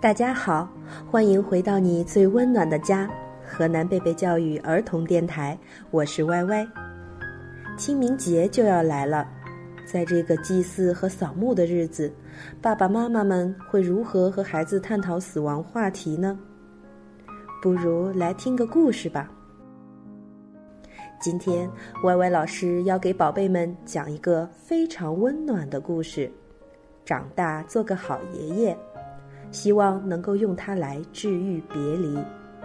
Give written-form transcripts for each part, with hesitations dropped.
大家好，欢迎回到你最温暖的家，河南贝贝教育儿童电台，我是歪歪。清明节就要来了，在这个祭祀和扫墓的日子，爸爸妈妈们会如何和孩子探讨死亡话题呢？不如来听个故事吧。今天歪歪老师要给宝贝们讲一个非常温暖的故事，长大做个好爷爷，希望能够用它来治愈别离。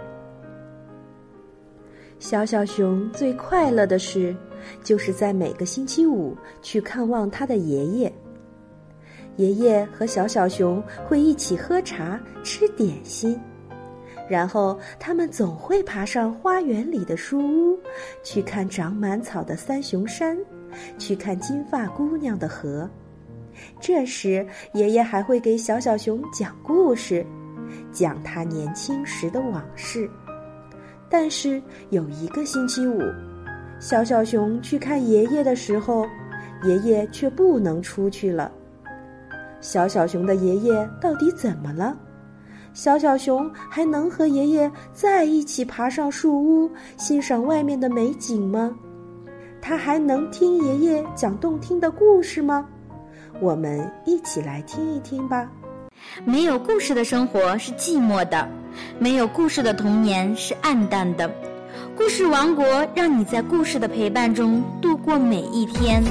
小小熊最快乐的事，就是在每个星期五去看望他的爷爷。爷爷和小小熊会一起喝茶、吃点心，然后他们总会爬上花园里的树屋，去看长满草的三雄山，去看金发姑娘的河。这时，爷爷还会给小小熊讲故事，讲他年轻时的往事。但是有一个星期五，小小熊去看爷爷的时候，爷爷却不能出去了。小小熊的爷爷到底怎么了？小小熊还能和爷爷再一起爬上树屋，欣赏外面的美景吗？他还能听爷爷讲动听的故事吗？我们一起来听一听吧。 没有故事的生活是寂寞的，没有故事的童年是暗淡的。故事王国让你在故事的陪伴中度过每一天。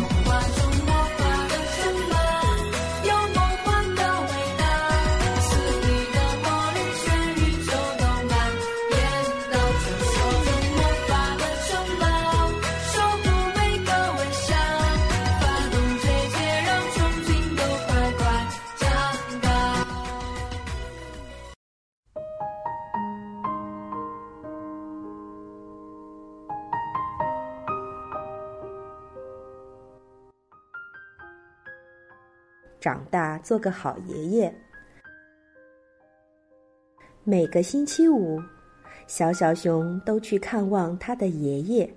长大做个好爷爷。每个星期五，小小熊都去看望他的爷爷。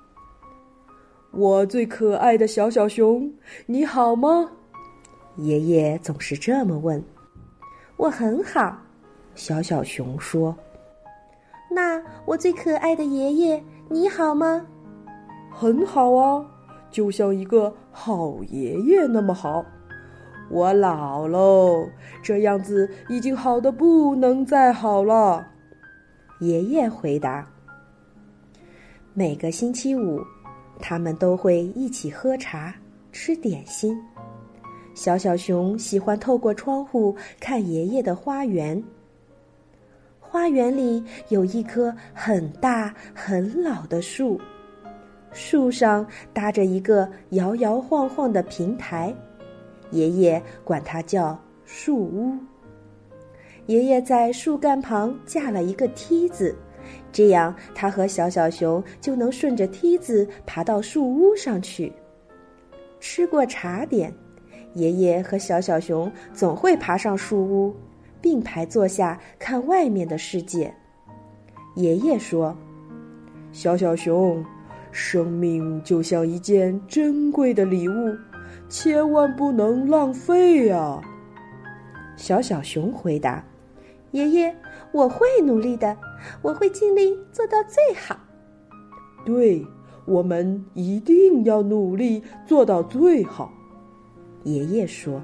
我最可爱的小小熊，你好吗？ 爷爷总是这么问。我很好，小小熊说。那我最可爱的爷爷，你好吗？ 很好啊，就像一个好爷爷那么好。我老喽，这样子已经好得不能再好了。 爷爷回答。每个星期五，他们都会一起喝茶、吃点心。小小熊喜欢透过窗户看爷爷的花园。花园里有一棵很大很老的树，树上搭着一个摇摇晃晃的平台。爷爷管它叫树屋。爷爷在树干旁架了一个梯子，这样他和小小熊就能顺着梯子爬到树屋上去。吃过茶点，爷爷和小小熊总会爬上树屋，并排坐下看外面的世界。爷爷说： 小小熊，生命就像一件珍贵的礼物，千万不能浪费呀。 小小熊回答：爷爷，我会努力的，我会尽力做到最好。 对，我们一定要努力做到最好。 爷爷说。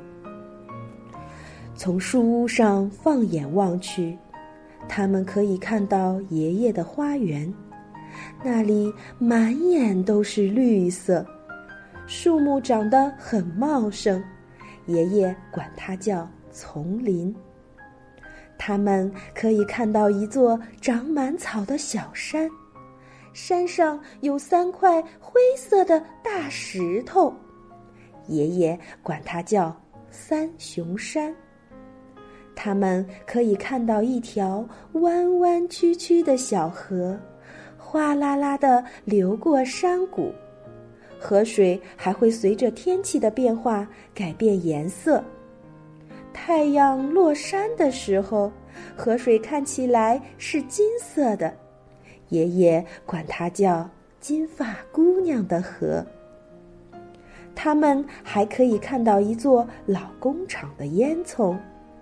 从树屋上放眼望去，他们可以看到爷爷的花园，那里满眼都是绿色，树木长得很茂盛，爷爷管它叫丛林。他们可以看到一座长满草的小山，山上有3块灰色的大石头，爷爷管它叫三雄山。他们可以看到一条弯弯曲曲的小河，哗啦啦地流过山谷，河水还会随着天气的变化改变颜色。太阳落山的时候，河水看起来是金色的，爷爷管它叫金发姑娘的河。他们还可以看到一座老工厂的烟囱，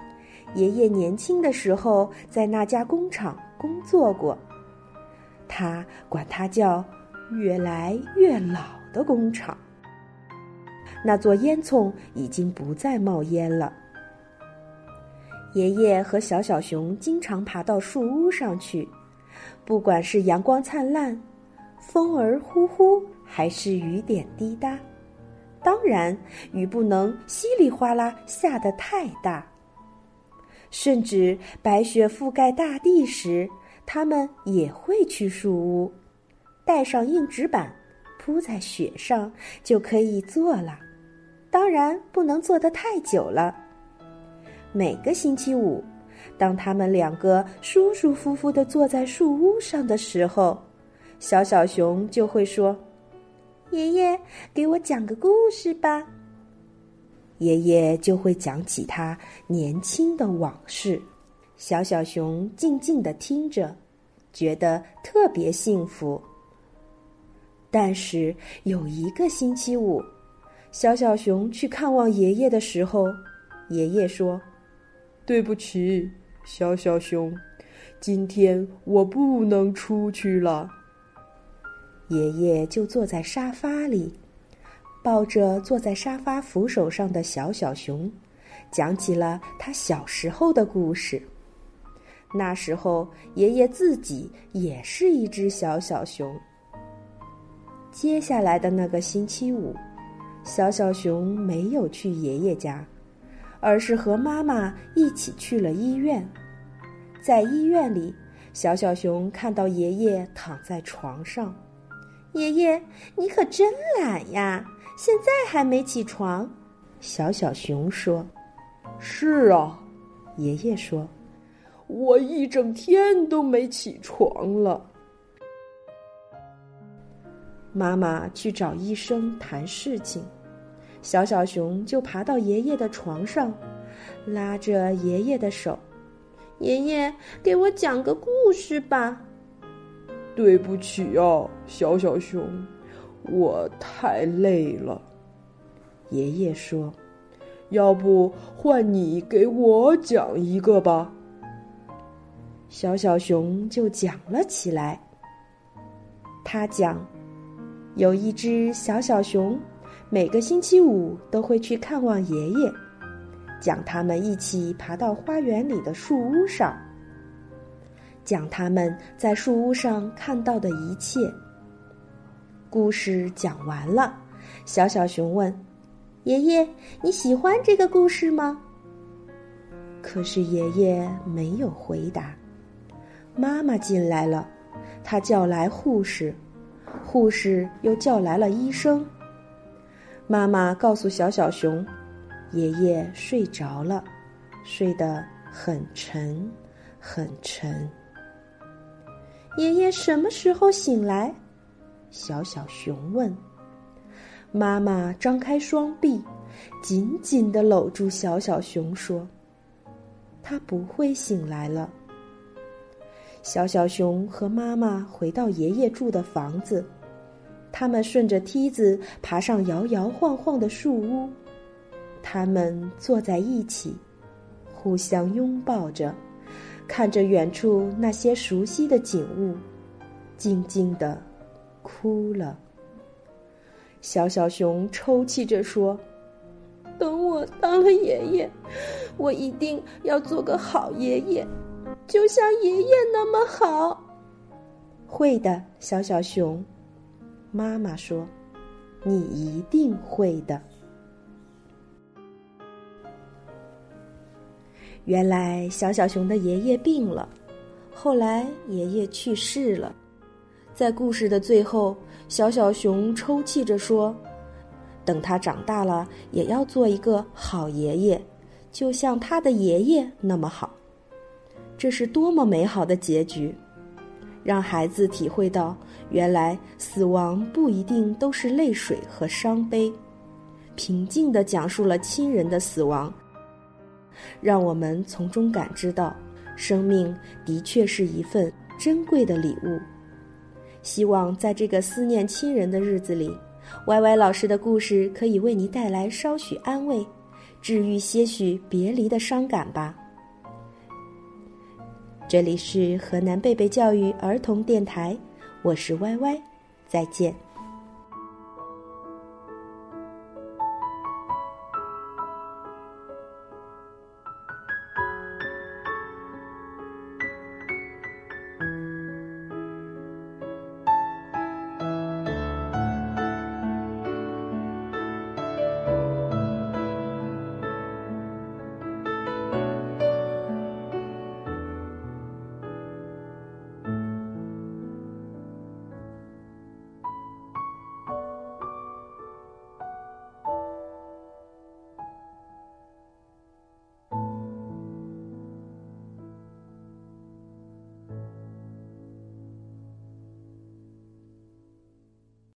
爷爷年轻的时候在那家工厂工作过，他管它叫越来越老的工厂。那座烟囱已经不再冒烟了。爷爷和小小熊经常爬到树屋上去，不管是阳光灿烂，风儿呼呼，还是雨点滴答。当然，雨不能稀里哗啦下得太大。甚至白雪覆盖大地时，他们也会去树屋，带上硬纸板，铺在雪上就可以坐了。当然，不能坐得太久了。每个星期五，当他们两个舒舒服服地坐在树屋上的时候，小小熊就会说：“爷爷，给我讲个故事吧。”爷爷就会讲起他年轻的往事，小小熊静静地听着，觉得特别幸福。但是有一个星期五，小小熊去看望爷爷的时候，爷爷说：“ 对不起，小小熊，今天我不能出去了。” 爷爷就坐在沙发里，抱着坐在沙发扶手上的小小熊，讲起了他小时候的故事。那时候，爷爷自己也是一只小小熊。接下来的那个星期五，小小熊没有去爷爷家，而是和妈妈一起去了医院。在医院里，小小熊看到爷爷躺在床上。爷爷，你可真懒呀，现在还没起床。小小熊说：“ 是啊。” 爷爷说：“ 我一整天都没起床了。” 妈妈去找医生谈事情，小小熊就爬到爷爷的床上，拉着爷爷的手：“爷爷，给我讲个故事吧。”“ 对不起啊，小小熊，我太累了。” 爷爷说：“ 要不换你给我讲一个吧。” 小小熊就讲了起来。他讲，有一只小小熊，每个星期五都会去看望爷爷，讲他们一起爬到花园里的树屋上，讲他们在树屋上看到的一切。故事讲完了，小小熊问：“爷爷，你喜欢这个故事吗？”可是爷爷没有回答。妈妈进来了，她叫来护士，护士又叫来了医生。妈妈告诉小小熊，爷爷睡着了，睡得很沉很沉。爷爷什么时候醒来？小小熊问。妈妈张开双臂，紧紧地搂住小小熊说：“他不会醒来了。”小小熊和妈妈回到爷爷住的房子，他们顺着梯子爬上摇摇晃晃的树屋，他们坐在一起，互相拥抱着，看着远处那些熟悉的景物，静静地哭了。小小熊抽泣着说：“等我当了爷爷，我一定要做个好爷爷，就像爷爷那么好。”“会的，小小熊。”妈妈说，“你一定会的。”原来小小熊的爷爷病了，后来爷爷去世了。在故事的最后，小小熊抽泣着说：“等他长大了，也要做一个好爷爷，就像他的爷爷那么好。”这是多么美好的结局，让孩子体会到，原来死亡不一定都是泪水和伤悲。平静地讲述了亲人的死亡，让我们从中感知到，生命的确是一份珍贵的礼物。希望在这个思念亲人的日子里，歪歪老师的故事可以为你带来稍许安慰，治愈些许别离的伤感吧。 这里是河南贝贝教育儿童电台，我是歪歪，再见。